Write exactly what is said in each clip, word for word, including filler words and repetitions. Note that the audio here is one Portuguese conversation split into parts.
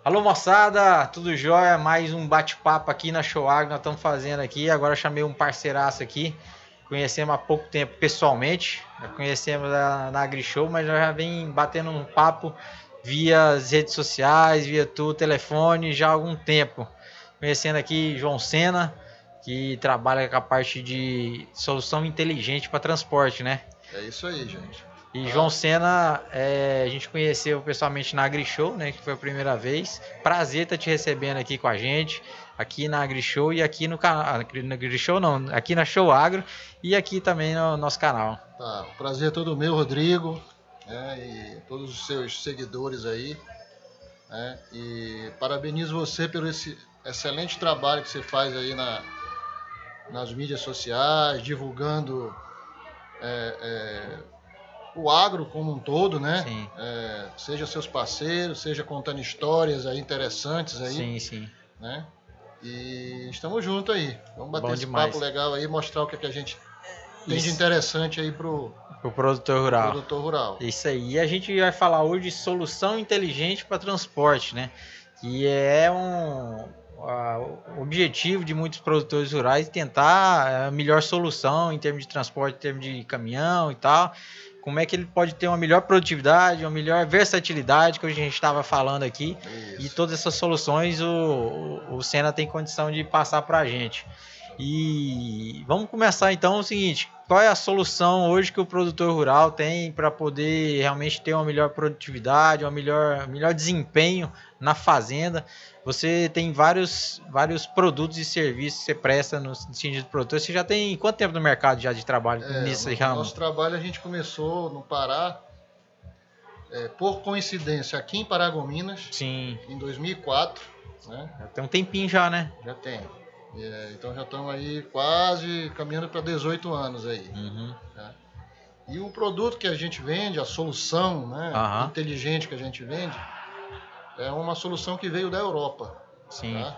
Alô moçada, tudo jóia? Mais um bate-papo aqui na Show Agro nós estamos fazendo aqui. Agora eu chamei um parceiraço aqui, conhecemos há pouco tempo pessoalmente, já conhecemos na, na AgriShow, mas já vem batendo um papo via as redes sociais, via tu, telefone já há algum tempo. Conhecendo aqui João Sena, que trabalha com a parte de solução inteligente para transporte, né? É isso aí, gente. E Ah. João Sena, é, a gente conheceu pessoalmente na AgriShow, né, que foi a primeira vez. Prazer estar te recebendo aqui com a gente, aqui na AgriShow e aqui no canal, na AgriShow não, aqui na Show Agro e aqui também no nosso canal. Tá, o prazer é todo meu, Rodrigo, né, e todos os seus seguidores aí, né, e parabenizo você pelo esse excelente trabalho que você faz aí na, nas mídias sociais, divulgando é, é, o agro como um todo, né? Sim. É, seja seus parceiros, seja contando histórias aí interessantes aí. Sim, sim. Né? E estamos juntos aí. Vamos bater Bom esse demais. papo legal aí, mostrar o que, é que a gente tem Isso. de interessante aí pro, O produtor rural. pro produtor rural. Isso aí. E a gente vai falar hoje de solução inteligente para transporte, né? Que é um o objetivo de muitos produtores rurais tentar a melhor solução em termos de transporte, em termos de caminhão e tal. Como é que ele pode ter uma melhor produtividade, uma melhor versatilidade, que a gente estava falando aqui. Isso. E todas essas soluções o, o, o Sena tem condição de passar para a gente. E vamos começar então o seguinte: qual é a solução hoje que o produtor rural tem para poder realmente ter uma melhor produtividade, um melhor, melhor desempenho na fazenda? Você tem vários, vários produtos e serviços que você presta no sentido de produtor. Você já tem quanto tempo no mercado já de trabalho É, nesse no, ramo? Nosso trabalho a gente começou no Pará, é, por coincidência, aqui em Paragominas. Sim. Em dois mil e quatro. Né? Já tem um tempinho já, né? Já tem. É, então já estamos aí quase caminhando para dezoito anos aí. Uhum. Né? E o produto que a gente vende, a solução, né, Uhum. inteligente que a gente vende, é uma solução que veio da Europa. Sim. Tá?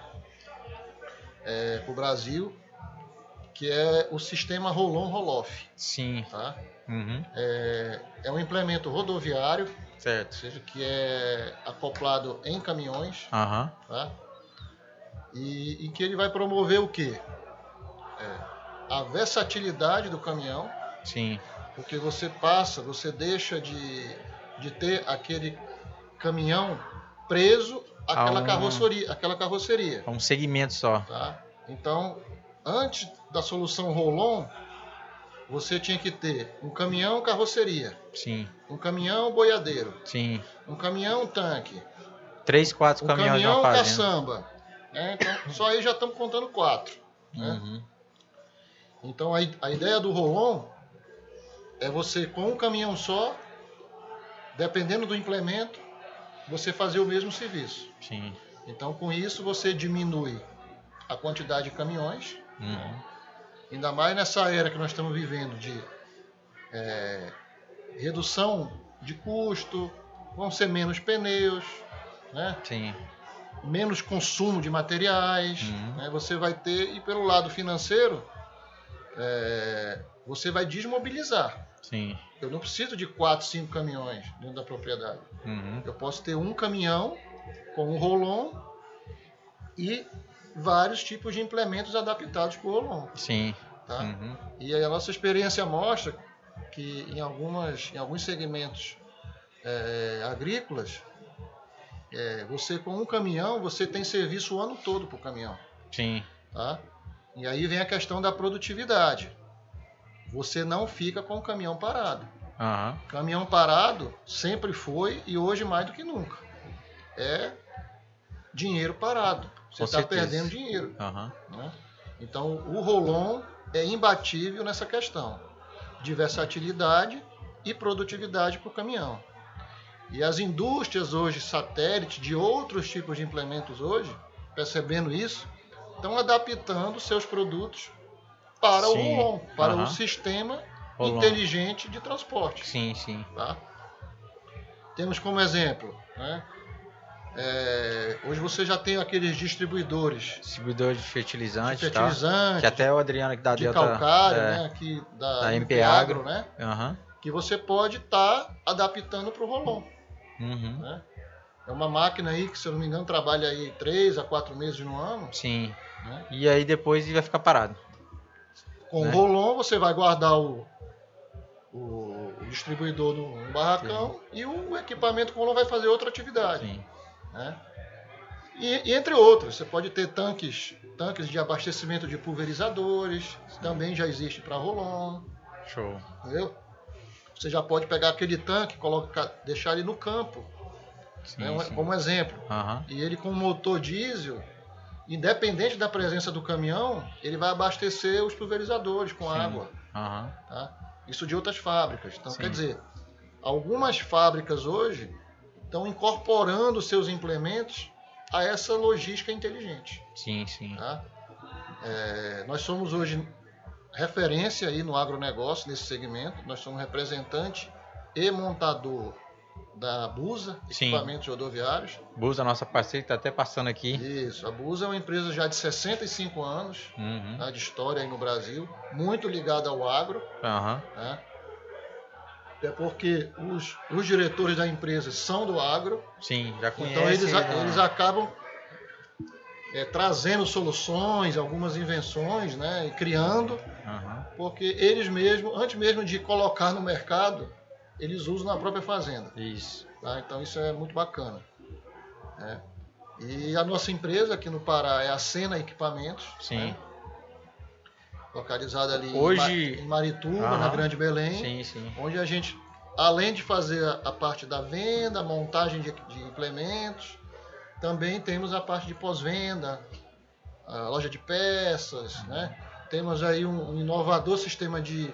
É, para o Brasil, que é o sistema roll-on roll-off. Sim. Tá? Uhum. É, é um implemento rodoviário, certo. ou seja, que é acoplado em caminhões. Uhum. Tá? E, e que ele vai promover o quê? É, a versatilidade do caminhão. Sim. Porque você passa, você deixa de, de ter aquele caminhão preso àquela, um, carroceria, àquela carroceria. Um segmento só. Tá? Então, antes da solução roll-on, você tinha que ter um caminhão carroceria. Sim. Um caminhão boiadeiro. Sim. Um caminhão tanque. Três, quatro um caminhões caminhão de uma caçamba. Né? Então, só aí já estamos contando quatro. Né? Uhum. Então, a, a ideia do roll-on é você, com um caminhão só, dependendo do implemento, você fazer o mesmo serviço. Sim. Então, com isso, você diminui a quantidade de caminhões. Uhum. Né? Ainda mais nessa era que nós estamos vivendo de é, redução de custo, vão ser menos pneus, né? Sim. Menos consumo de materiais. Uhum. Né? Você vai ter, e pelo lado financeiro, é, você vai desmobilizar. Sim. Eu não preciso de quatro, cinco caminhões dentro da propriedade. Uhum. Eu posso ter um caminhão com um roll-on e vários tipos de implementos adaptados para o roll-on. Sim. Tá? Uhum. E a nossa experiência mostra que em, algumas, em alguns segmentos é, agrícolas, é, você com um caminhão, você tem serviço o ano todo para o caminhão. Sim. Tá? E aí vem a questão da produtividade. Você não fica com o caminhão parado. Uhum. Caminhão parado sempre foi e hoje mais do que nunca. É dinheiro parado. Você está perdendo dinheiro. Uhum. Né? Então o roll-on é imbatível nessa questão de versatilidade e produtividade para o caminhão. E as indústrias hoje, satélite, de outros tipos de implementos hoje, percebendo isso, estão adaptando seus produtos para sim. o roll-on, para uhum. o sistema roll-on. inteligente de transporte. Sim, sim. Tá? Temos como exemplo, né? É, hoje você já tem aqueles distribuidores. Distribuidor de fertilizante, de fertilizante tá? Que até o Adriano aqui da de Delta, calcário, é, né? Aqui da, da M P Agro, né? Uhum. Que você pode estar tá adaptando para o roll-on. Uhum. Né? É uma máquina aí que, se eu não me engano, trabalha aí três a quatro meses no ano. Sim. Né? E aí depois vai ficar parado. Com né? o Rolon, você vai guardar o, o, o distribuidor no, no barracão. Sim. E o equipamento com o Rolon vai fazer outra atividade. Sim. Né? E, e entre outros, você pode ter tanques, tanques de abastecimento de pulverizadores, Sim. também já existe para Rolon. Show. Entendeu? Você já pode pegar aquele tanque, colocar, deixar ele no campo, sim, né, sim. como exemplo. Uhum. E ele com motor diesel, independente da presença do caminhão, ele vai abastecer os pulverizadores com sim. água. Uhum. Tá? Isso de outras fábricas. Então, sim. quer dizer, algumas fábricas hoje estão incorporando seus implementos a essa logística inteligente. Sim, sim. Tá? É, nós somos hoje referência aí no agronegócio, nesse segmento. Nós somos representante e montador da Busa, equipamentos Sim. rodoviários. Busa, nossa parceira, que está até passando aqui. Isso, a Busa é uma empresa já de sessenta e cinco anos uhum. tá, de história aí no Brasil, muito ligada ao agro. Uhum. Né? Até porque os, os diretores da empresa são do agro. Sim, já conhecem. Então eles, né? eles acabam é, trazendo soluções, algumas invenções, né, e criando, uhum. porque eles mesmos, antes mesmo de colocar no mercado, eles usam na própria fazenda. Isso. Tá? Então isso é muito bacana. Né? E a nossa empresa aqui no Pará é a Sena Equipamentos. Sim. Né? Localizada ali Hoje... em Marituba, uhum. na Grande Belém. Sim, sim. Onde a gente, além de fazer a parte da venda, montagem de, de implementos, também temos a parte de pós-venda, a loja de peças, uhum. né? Temos aí um, um inovador sistema de,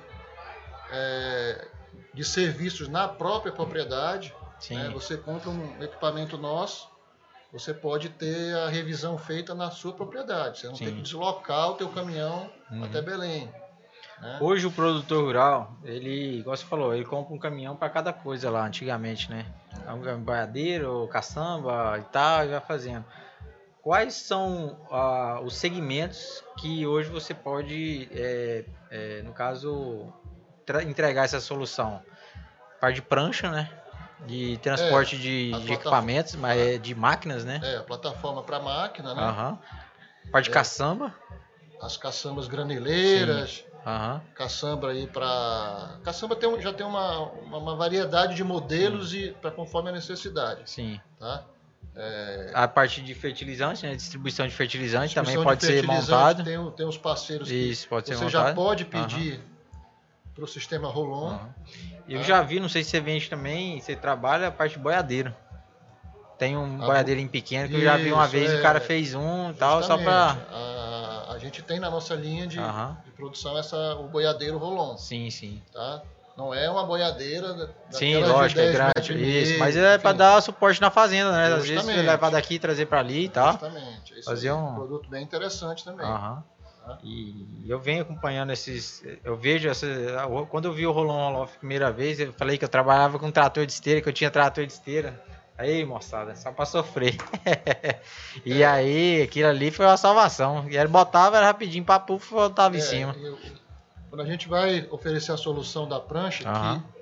é, de serviços na própria propriedade. Né? Você compra um equipamento nosso, você pode ter a revisão feita na sua propriedade. Você não Sim. tem que deslocar o teu caminhão uhum. até Belém. Né? Hoje o produtor rural, ele, igual você falou, ele compra um caminhão para cada coisa lá, antigamente, né? Um boiadeiro, caçamba e tal, e vai fazendo. Quais são uh, os segmentos que hoje você pode, é, é, no caso, entregar essa solução? Parte de prancha, né? De transporte é, de, de equipamentos, mas é de máquinas, né? É, a plataforma para máquina, né? Uhum. Parte de é, caçamba. As caçambas graneleiras. Sim. Uhum. Caçamba aí para caçamba tem um, já tem uma, uma, uma variedade de modelos Sim. e para conforme a necessidade. Sim. Tá? É... A parte de fertilizante, né? Distribuição de fertilizante Distribuição também pode ser montado. Tem, tem os parceiros que Isso, pode ser você montado. já pode pedir uhum. para o sistema Rolon. Uhum. Eu tá? já vi, não sei se você vende também, você trabalha a parte de boiadeiro. Tem um a boiadeiro bu... pequeno que Isso, eu já vi uma vez, é... o cara fez um e tal, só para... A, a gente tem na nossa linha de, uhum. de produção essa, o boiadeiro Rolon. Sim, sim. Tá? Não é uma boiadeira Sim, lógico, é grande, isso, mas é para dar suporte na fazenda, né? Justamente. Às vezes você levar daqui e trazer para ali e tal. Justamente, isso fazer é um um produto bem interessante também. Uhum. Tá? E eu venho acompanhando esses, eu vejo, essa, quando eu vi o Rolon Roll-Off a primeira vez, eu falei que eu trabalhava com trator de esteira, que eu tinha trator de esteira. Aí, moçada, só pra sofrer. e é. aí, aquilo ali foi uma salvação. E ele botava, era rapidinho, papo, voltava é, em cima. Eu, quando a gente vai oferecer a solução da prancha, uhum. que,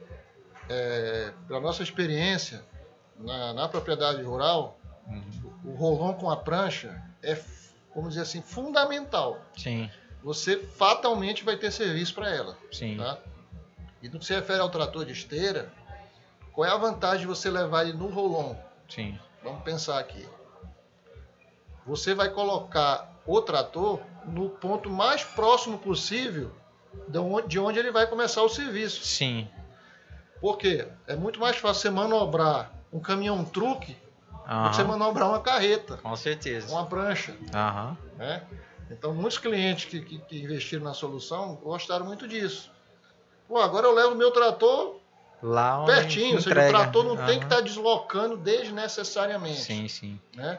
é, pela nossa experiência na, na propriedade rural, uhum. o, o Rolon com a prancha é, vamos dizer assim, fundamental. Sim. Você fatalmente vai ter serviço para ela. Sim. Tá? E no que se refere ao trator de esteira, qual é a vantagem de você levar ele no Rolon? Sim. Vamos pensar aqui. Você vai colocar o trator no ponto mais próximo possível de onde ele vai começar o serviço. Sim. Por quê? É muito mais fácil você manobrar um caminhão truque uhum. do que você manobrar uma carreta. Com certeza. Uma prancha. Uhum. Né? Então, muitos clientes que, que, que investiram na solução gostaram muito disso. Pô, agora eu levo o meu trator lá pertinho, ou seja, o trator não uhum. tem que estar deslocando desnecessariamente. Sim, sim. Né?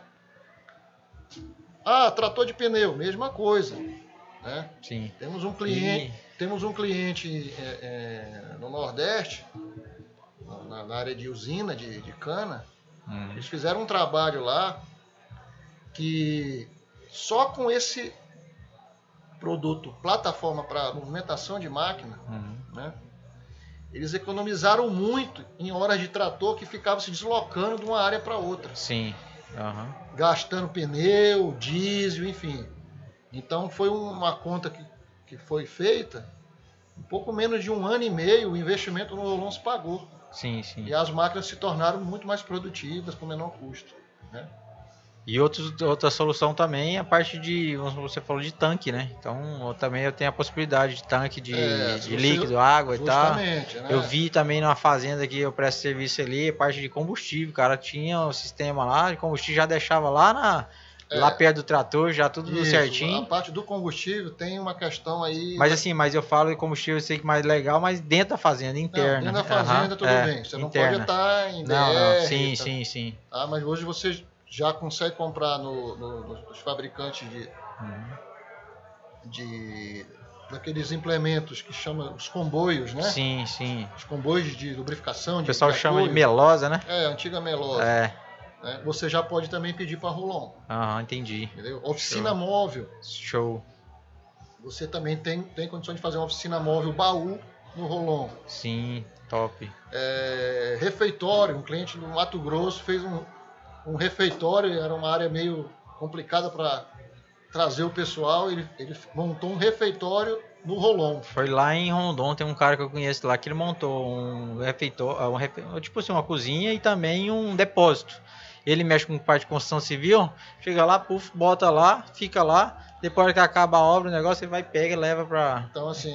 Ah, trator de pneu, mesma coisa. Né? Sim. Temos um cliente, e... temos um cliente é, é, no Nordeste, na, na área de usina de, de cana. Hum. Eles fizeram um trabalho lá que só com esse produto, plataforma para movimentação de máquina, uhum. né? eles economizaram muito em horas de trator que ficava se deslocando de uma área para outra. Sim. Uhum. Gastando pneu, diesel, enfim. Então foi uma conta que, que foi feita, um pouco menos de um ano e meio, o investimento no rolão se pagou. Sim, sim. E as máquinas se tornaram muito mais produtivas, com menor custo, né? E outros, outra solução também é a parte de, você falou de tanque, né? Então eu, também eu tenho a possibilidade de tanque de, É, de você- líquido, água e tal. Justamente, né? Eu vi também numa fazenda que eu presto serviço ali, a parte de combustível, o cara tinha um sistema lá de combustível, já deixava lá, na, lá É. perto do trator, já tudo Isso, certinho. a parte do combustível tem uma questão aí... Mas assim, mas eu falo de combustível, eu sei que mais legal, mas dentro da fazenda, Não, interna. dentro da fazenda Aham, tudo é, bem, você não interna. pode estar em B R... Não, não, sim, tá? sim, sim. Ah, mas hoje você já consegue comprar no, no, nos fabricantes de, Uhum. de daqueles implementos que chama os comboios, né? Sim, sim. Os comboios de lubrificação, O de, pessoal de chama de apoio. melosa, né? É, a antiga melosa. É. Né? Você já pode também pedir para Rolon, Aham, entendi. entendeu? Oficina Show. móvel. Show. Você também tem, tem condições de fazer uma oficina móvel baú no Rolon. Sim, top. É, refeitório, um cliente do Mato Grosso fez um, um refeitório, era uma área meio complicada para trazer o pessoal, ele, ele montou um refeitório no Rolon. Foi lá em Rondon, tem um cara que eu conheço lá que ele montou um refeitório, um refe... tipo assim, uma cozinha e também um depósito. Ele mexe com parte de construção civil, chega lá, puf, bota lá, fica lá, depois que acaba a obra, o negócio, ele vai, pega e leva pra... Então, assim,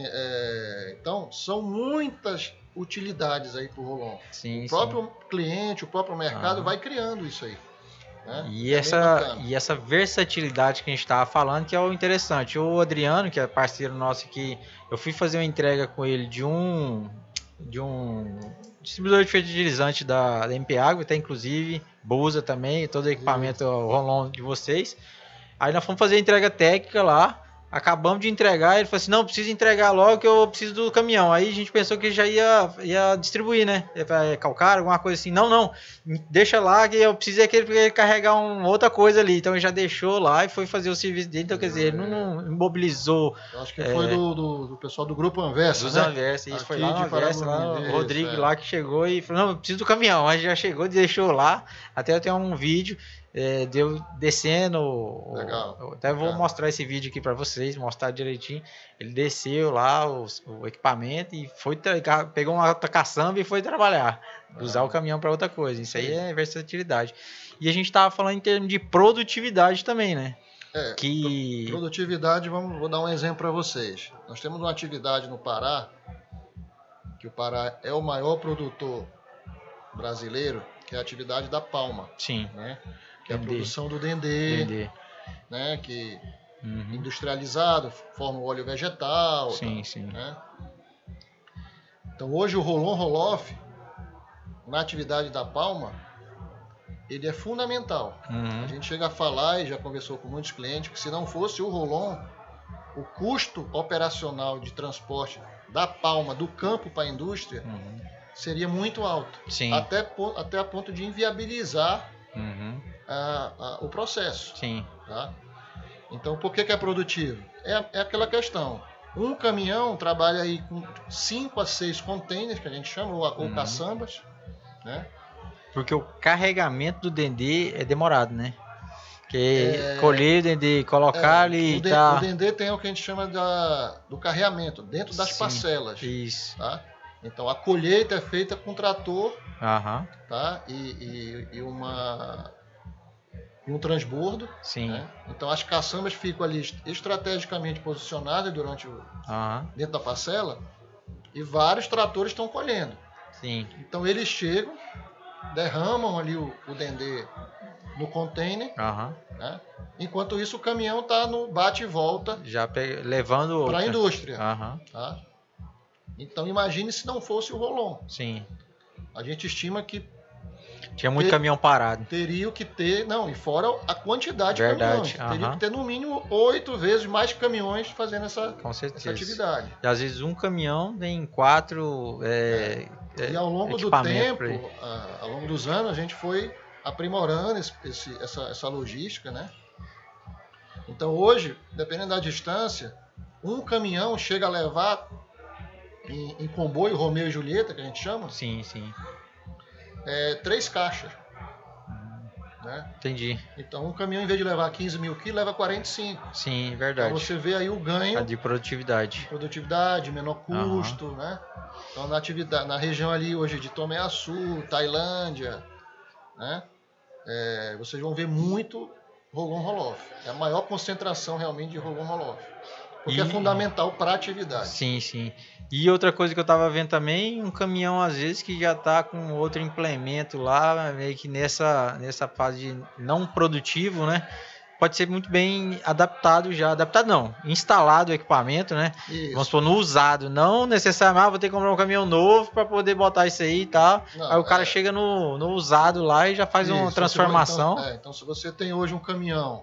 é, então, são muitas utilidades aí pro Rolon. Sim, O próprio sim. cliente, o próprio mercado Ah. vai criando isso aí. Né? E, É bem essa, bacana. e essa versatilidade que a gente estava falando, que é o interessante. O Adriano, que é parceiro nosso aqui, eu fui fazer uma entrega com ele de um de um distribuidor de fertilizante da, da M P Agro, até inclusive, Busa também, todo o equipamento Rolon de vocês. Aí nós fomos fazer a entrega técnica lá, acabamos de entregar, ele falou assim, não, preciso entregar logo que eu preciso do caminhão. Aí a gente pensou que já ia, ia distribuir, né? É calcário, alguma coisa assim. Não, não, deixa lá que eu preciso é que ele carregar uma outra coisa ali. Então ele já deixou lá e foi fazer o serviço dele. Então, quer dizer, ele não, não imobilizou. Eu acho que é, foi do, do, do pessoal do Grupo Anversa, dos né? Anversa, isso Aqui foi lá no de Anversa, lá, Paraguai, o isso, Rodrigo é. lá que chegou e falou, não, eu preciso do caminhão. Aí já chegou e deixou lá. Até eu tenho um vídeo, é, deu descendo. Legal, o, até vou legal. mostrar esse vídeo aqui para vocês, mostrar direitinho. Ele desceu lá os, o equipamento e foi tra- pegou uma outra caçamba e foi trabalhar. Usar Ah. o caminhão para outra coisa. Isso aí Sim. é versatilidade. E a gente tava falando em termos de produtividade também, né? É, Que. Produtividade, vamos, vou dar um exemplo para vocês. Nós temos uma atividade no Pará, que o Pará é o maior produtor brasileiro, que é a atividade da palma, Sim. né? Que é a Dendê. produção do dendê, Entender. né? Que Uhum. industrializado, forma o óleo vegetal, Sim, tal, sim. né? Então hoje o Rolon Roloff, na atividade da palma, ele é fundamental. Uhum. A gente chega a falar e já conversou com muitos clientes que se não fosse o Rolon, o custo operacional de transporte da palma do campo para a indústria Uhum. seria muito alto. Sim. Até, po- até a ponto de inviabilizar Uhum. a- a- o processo. Sim. Tá? Então, por que, que é produtivo? É, é aquela questão. Um caminhão trabalha aí com cinco a seis containers, que a gente chama, ou, ou Uhum. caçambas, né? Porque o carregamento do dendê é demorado, né? Porque É, colher o dendê, colocar É, ali o, e de, tá. o dendê tem o que a gente chama da, do carreamento, dentro das Sim. parcelas. Isso. Tá? Então, a colheita é feita com trator, Aham. tá? e, e, e uma, e um transbordo. Sim. Né? Então, as caçambas ficam ali estrategicamente posicionadas durante o, Aham. dentro da parcela e vários tratores estão colhendo. Sim. Então, eles chegam, derramam ali o, o dendê no container, Aham. né? Enquanto isso o caminhão está no bate e volta Já pe... levando. para a outra. indústria. Aham. Tá? Então imagine se não fosse o Rolon. Sim. A gente estima que Tinha muito Te- caminhão parado. teria que ter, não, e fora a quantidade Verdade, de caminhões, teria aham. que ter no mínimo oito vezes mais caminhões fazendo essa, Com essa certeza. atividade. E às vezes um caminhão tem quatro. É, é, E ao longo do equipamento tempo, pra ele. a- ao longo dos anos, a gente foi aprimorando esse- esse- essa, essa logística, né? Então hoje, dependendo da distância, um caminhão chega a levar em, em comboio, Romeu e Julieta, que a gente chama, Sim, sim. é três caixas. Né? Entendi. Então um caminhão, em vez de levar quinze mil quilos, leva quarenta e cinco. Sim, verdade. Então você vê aí o ganho A de produtividade. de produtividade, menor custo, Uhum. né? Então na atividade, na região ali hoje de Tomé-Açu, Tailândia, né? É, vocês vão ver muito Rogon Roloff. É a maior concentração realmente de Rogon Roloff. Porque E... é fundamental para a atividade. Sim, sim. E outra coisa que eu tava vendo também, um caminhão às vezes que já tá com outro implemento lá, meio que nessa, nessa fase de não produtivo, né? Pode ser muito bem adaptado já, adaptado não, instalado o equipamento, né? Isso. Vamos supor, no usado, não necessariamente, ah, vou ter que comprar um caminhão novo para poder botar isso aí e tal. Não, aí o cara é... chega no, no usado lá e já faz Isso. uma transformação. Então, é, então se você tem hoje um caminhão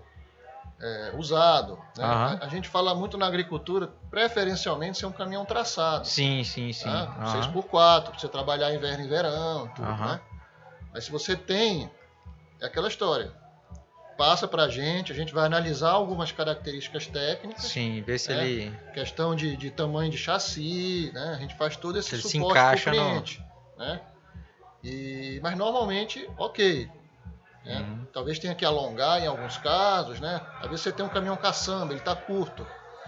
É, usado. Né? Uhum. A, a gente fala muito na agricultura, preferencialmente ser um caminhão traçado. Sim, sim, sim. Tá? Uhum. seis por quatro, para você trabalhar inverno e verão, tudo, Uhum. né? Mas se você tem, é aquela história. Passa pra gente, a gente vai analisar algumas características técnicas. Sim, ver se né? ele... Questão de, de tamanho de chassi, né? A gente faz todo esse ele suporte se encaixa pro cliente. No... Né? E, mas normalmente, ok. Né? Uhum. Talvez tenha que alongar em alguns casos, né? Às vezes você tem um caminhão caçamba, ele está curto.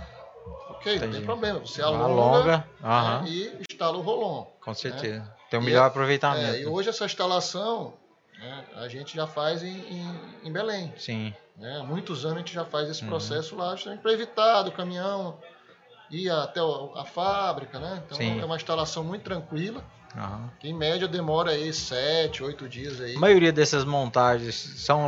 Ok, Entendi. não tem problema. Você alonga, alonga alonga. Né? e instala o rolon. Com certeza. Né? Tem um e melhor é, aproveitamento. É, e hoje essa instalação né, a gente já faz em, em, em Belém. Sim. Né? Há muitos anos a gente já faz esse uhum. processo lá, justamente para evitar do caminhão ir até a fábrica. Né? Então Sim. é uma instalação muito tranquila. Uhum. Que em média demora aí sete, oito dias aí. A maioria dessas montagens são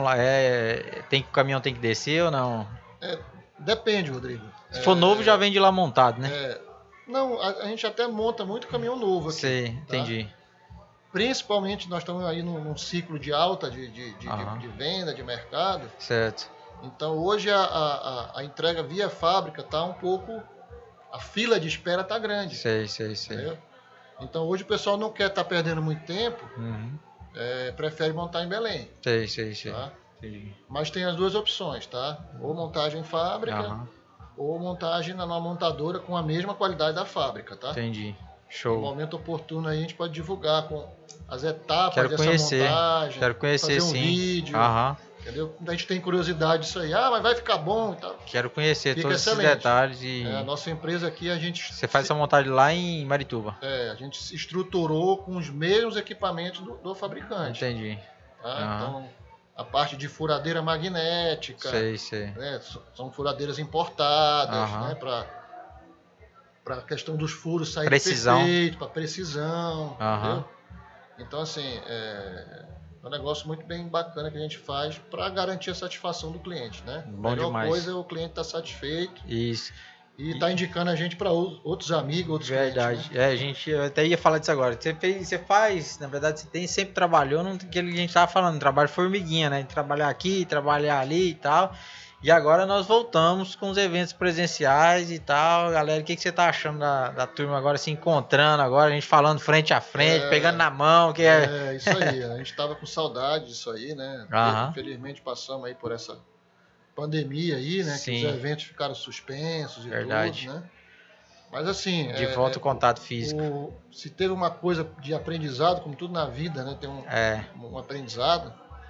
é, tem que o caminhão tem que descer ou não? É, depende, Rodrigo. Se é, for novo já vem de lá montado, né? É, não, a, a gente até monta muito caminhão novo aqui. Sei, tá? entendi. Principalmente nós estamos aí num, num ciclo de alta de, de, de, uhum. de, de venda, de mercado. Certo. Então hoje a, a, a entrega via fábrica está um pouco. A fila de espera está grande. Sei, sei, sei. Entendeu? Então hoje o pessoal não quer estar tá perdendo muito tempo, uhum. é, prefere montar em Belém. Sei, sei, sei. Tá? Entendi. Mas tem as duas opções, tá? Ou montagem em fábrica, uhum. ou montagem na numa montadora com a mesma qualidade da fábrica, tá? Entendi. Show. No momento oportuno aí a gente pode divulgar com as etapas quero dessa conhecer. montagem. Quero conhecer, fazer um sim. vídeo. Uhum. Entendeu? A gente tem curiosidade disso aí. Ah, mas vai ficar bom e tal. Quero conhecer Fica todos excelente. esses detalhes. E... É, a nossa empresa aqui, a gente... Você faz essa montagem lá em Marituba? É, a gente se estruturou com os mesmos equipamentos do, do fabricante. Entendi. Tá? Uhum. Então, a parte de furadeira magnética. Sei, sei. Né? São furadeiras importadas, uhum. né? Para para a questão dos furos saírem precisão. perfeito, para precisão. Uhum. Entendeu? Então, assim, é... é um negócio muito bem bacana que a gente faz para garantir a satisfação do cliente, né? Bom a melhor demais. coisa é o cliente estar tá satisfeito. Isso. E está indicando a gente para outros amigos, outros Verdade. clientes. Né? É, a gente eu até ia falar disso agora. Você, fez, você faz, na verdade, você tem, sempre trabalhou no que a gente estava falando, trabalho formiguinha, né? Trabalhar aqui, trabalhar ali e tal. E agora nós voltamos com os eventos presenciais e tal. Galera, o que, que você tá achando da, da turma agora se encontrando agora, a gente falando frente a frente, é, pegando na mão? Que é... é, isso aí. A gente tava com saudade disso aí, né? Uhum. Infelizmente passamos aí por essa pandemia aí, né? Sim. Que os eventos ficaram suspensos e Verdade. tudo, né? Mas assim... De é, volta é, o contato físico. O, se teve uma coisa de aprendizado, como tudo na vida, né? Tem um, é. um aprendizado...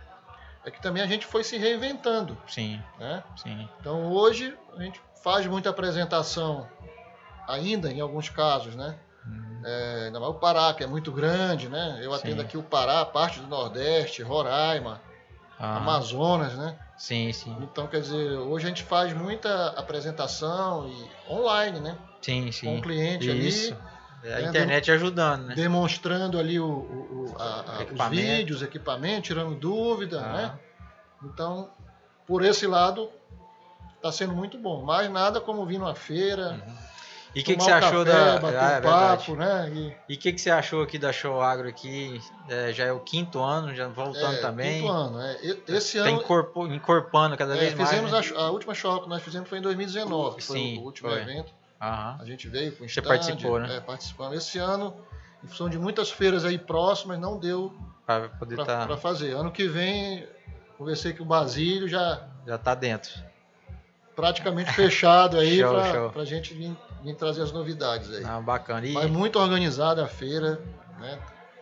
é que também a gente foi se reinventando. Sim, né? sim. Então hoje a gente faz muita apresentação, ainda em alguns casos, né? Uhum. É, ainda mais o Pará, que é muito grande, né? Eu atendo sim. aqui o Pará, parte do Nordeste, Roraima, ah. Amazonas, né? Sim, sim. Então, quer dizer, hoje a gente faz muita apresentação e online, né? Sim, sim. Com o cliente Isso. ali. A né? internet ajudando, né? Demonstrando ali o, o, a, a, os vídeos, equipamento, tirando dúvida, ah. né? Então, por esse lado, está sendo muito bom. Mais nada como vir numa feira. Uhum. E o que, que você achou café, da bater ah, um é papo, né? E o que, que você achou aqui da Show Agro aqui? É, já é o quinto ano, já voltando é, também. Quinto ano, é. Esse tá ano incorpor, incorporando cada é, vez fizemos mais. Né? A, a última show que nós fizemos foi em dois mil e dezenove, Sim, foi o último foi. evento. Uhum. A gente veio com Você stand, participou, né? É, participamos. Esse ano, em função de muitas feiras aí próximas, não deu para poder para tá... fazer. Ano que vem, conversei com o Basílio, já já tá dentro. praticamente fechado aí Show, pra, show. pra gente vir, vir trazer as novidades aí. Não, bacana. E... Mas muito organizada a feira, né?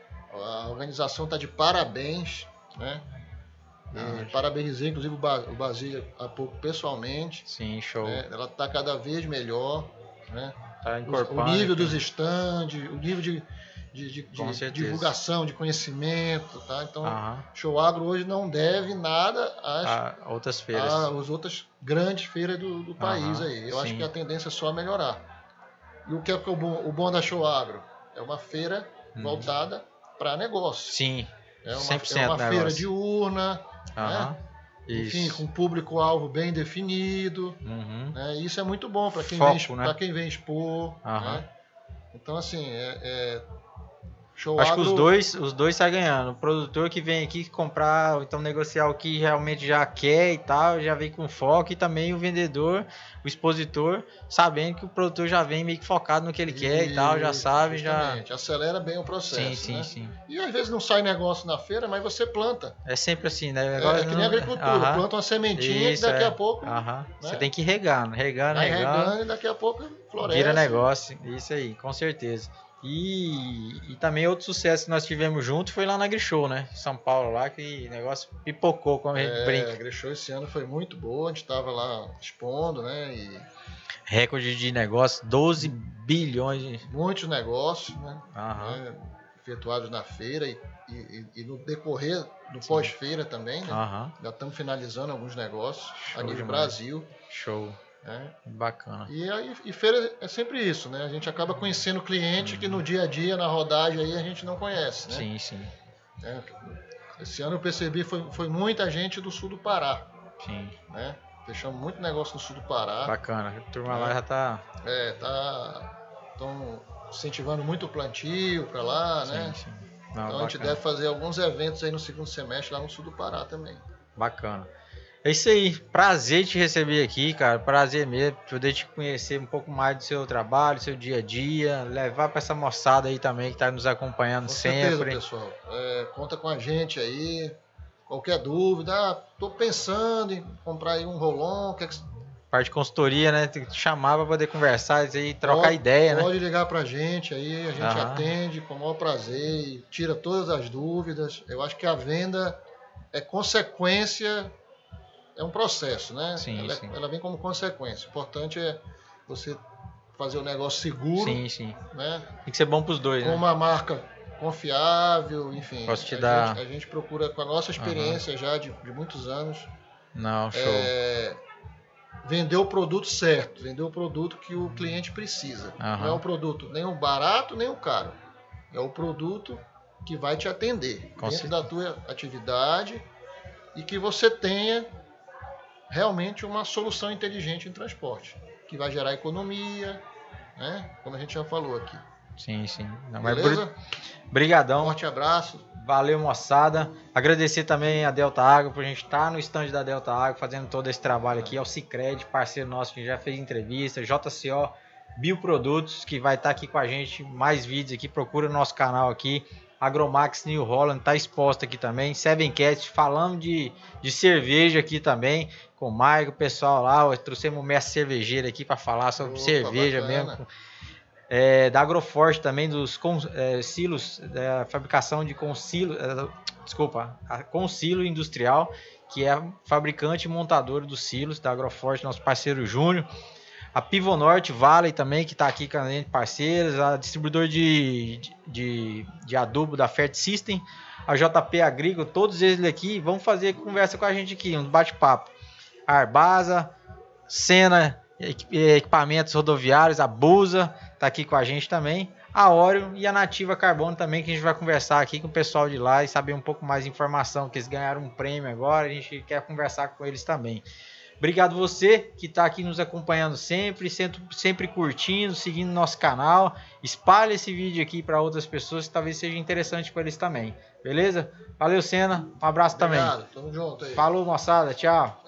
A organização tá de parabéns, né? Não, E parabenizei, inclusive, o Ba- o Basílio há pouco pessoalmente. sim, show. Né? Ela está cada vez melhor. Né? Tá O, o encorpando. nível aqui. dos stands, o nível de, de, de- Com de certeza. divulgação, de conhecimento. Tá? Então, Aham. Show Agro hoje não deve nada às, Ah, outras feiras. às outras grandes feiras do, do país. Aham, Aí. Eu acho sim. que a tendência é só melhorar. E o que é que é o bom, o bom da Show Agro? É uma feira Hum. voltada para negócio. Sim, É uma, cem por é cento uma feira negócio. diurna, Aham. né? Isso. Enfim, com público-alvo bem definido. Uhum. Né? Isso é muito bom para quem, Foco, vem, né? pra quem vem expor. Aham. Né? Então, assim, é, é... Show Acho Agro... que os dois, os dois saem ganhando. O produtor que vem aqui comprar, ou então negociar o que realmente já quer e tal, já vem com foco. E também o vendedor, o expositor, sabendo que o produtor já vem meio que focado no que ele quer e tal, já Isso, sabe, já... justamente. Acelera bem o processo. Sim, sim, né? sim. E às vezes não sai negócio na feira, mas você planta. É sempre assim, né? É, Agora é que nem não- agricultura. Aham. Planta uma sementinha Isso, que daqui é. a pouco Aham. né? Você tem que ir regando, regando, vai regando. regando e daqui a pouco floresce. Vira negócio, isso aí, com certeza. E, e também outro sucesso que nós tivemos junto foi lá na AgriShow, né? São Paulo lá, que negócio pipocou, como a gente É, brinca. a AgriShow esse ano foi muito boa, a gente estava lá expondo, né? E Recorde de negócio, doze bilhões de... muitos negócios, né? Aham, né, efetuados na feira e, e- e no decorrer do pós-feira também, né? aham, Já estamos finalizando alguns negócios Show a nível demais. Brasil. show, Né? bacana. E, aí, e feira é sempre isso, né? A gente acaba conhecendo o cliente que no dia a dia, na rodagem, aí a gente não conhece, né? Sim, sim, Né? Esse ano eu percebi foi, foi muita gente do sul do Pará, sim, né? Fechamos muito negócio no sul do Pará. bacana. A turma lá já tá... É, tá... Estão incentivando muito o plantio para lá, né? Sim, sim. Não, Então a gente bacana. deve fazer alguns eventos aí no segundo semestre lá no sul do Pará também. Bacana. É isso aí. Prazer te receber aqui, cara. Prazer mesmo. Poder te conhecer um pouco mais do seu trabalho, do seu dia a dia. Levar para essa moçada aí também que tá nos acompanhando Com sempre. certeza, pessoal. É, conta com a gente aí. Qualquer dúvida, ah, tô pensando em comprar aí um Rolon. Quer que... Parte de consultoria, né? Tem que te chamar para poder conversar isso aí, trocar pode, ideia, né? Pode ligar pra gente aí, a gente Aham. atende com o maior prazer e tira todas as dúvidas. Eu acho que a venda é consequência, é um processo, né? Sim, ela, sim. ela vem como consequência. O importante é você fazer o negócio seguro, Sim, sim. né? Tem que ser bom pros dois, Com né? uma marca confiável, enfim. Posso te a, dar- gente, a gente procura, com a nossa experiência já de, de muitos anos, Não, show. é, vender o produto certo, vender o produto que o cliente precisa. Aham. Não é um produto nem o barato nem o caro. É o produto que vai te atender Com dentro certeza. da tua atividade e que você tenha realmente uma solução inteligente em transporte, que vai gerar economia, né? Como a gente já falou aqui. Sim, sim. Não, mas Beleza? bri- Brigadão. Forte abraço. Valeu, moçada. Agradecer também a Delta Agro por a gente estar no stand da Delta Agro fazendo todo esse trabalho aqui. Ao Sicredi, parceiro nosso que já fez entrevista. J C O Bioprodutos, que vai estar aqui com a gente. Mais vídeos aqui. Procura o nosso canal aqui. Agromax New Holland está exposta aqui também. Sevencast, falando de, de cerveja aqui também. Com o Maicon, o pessoal lá. Trouxemos o mestre cervejeiro aqui para falar sobre Opa, cerveja bacana. mesmo. É, da Agroforte também, dos con, é, silos, da fabricação de consilo, é, desculpa, a Consilo Industrial, que é a fabricante e montadora dos silos da Agroforte, nosso parceiro Júnior. A Pivonorte Valley também, que está aqui com a gente, parceiros, a distribuidor de, de, de adubo da Fert System, a J P Agrícola, todos eles aqui vão fazer conversa com a gente aqui, um bate-papo. A Arbasa, Sena, Equipamentos Rodoviários, a Busa tá aqui com a gente também, a Oreo e a Nativa Carbono também, que a gente vai conversar aqui com o pessoal de lá e saber um pouco mais de informação, que eles ganharam um prêmio agora, a gente quer conversar com eles também. Obrigado você que está aqui nos acompanhando sempre, sempre, sempre curtindo, seguindo nosso canal. Espalhe esse vídeo aqui para outras pessoas que talvez seja interessante para eles também. Beleza? Valeu, Sena. Um abraço Obrigado. também. Tamo junto aí. Falou, moçada. Tchau.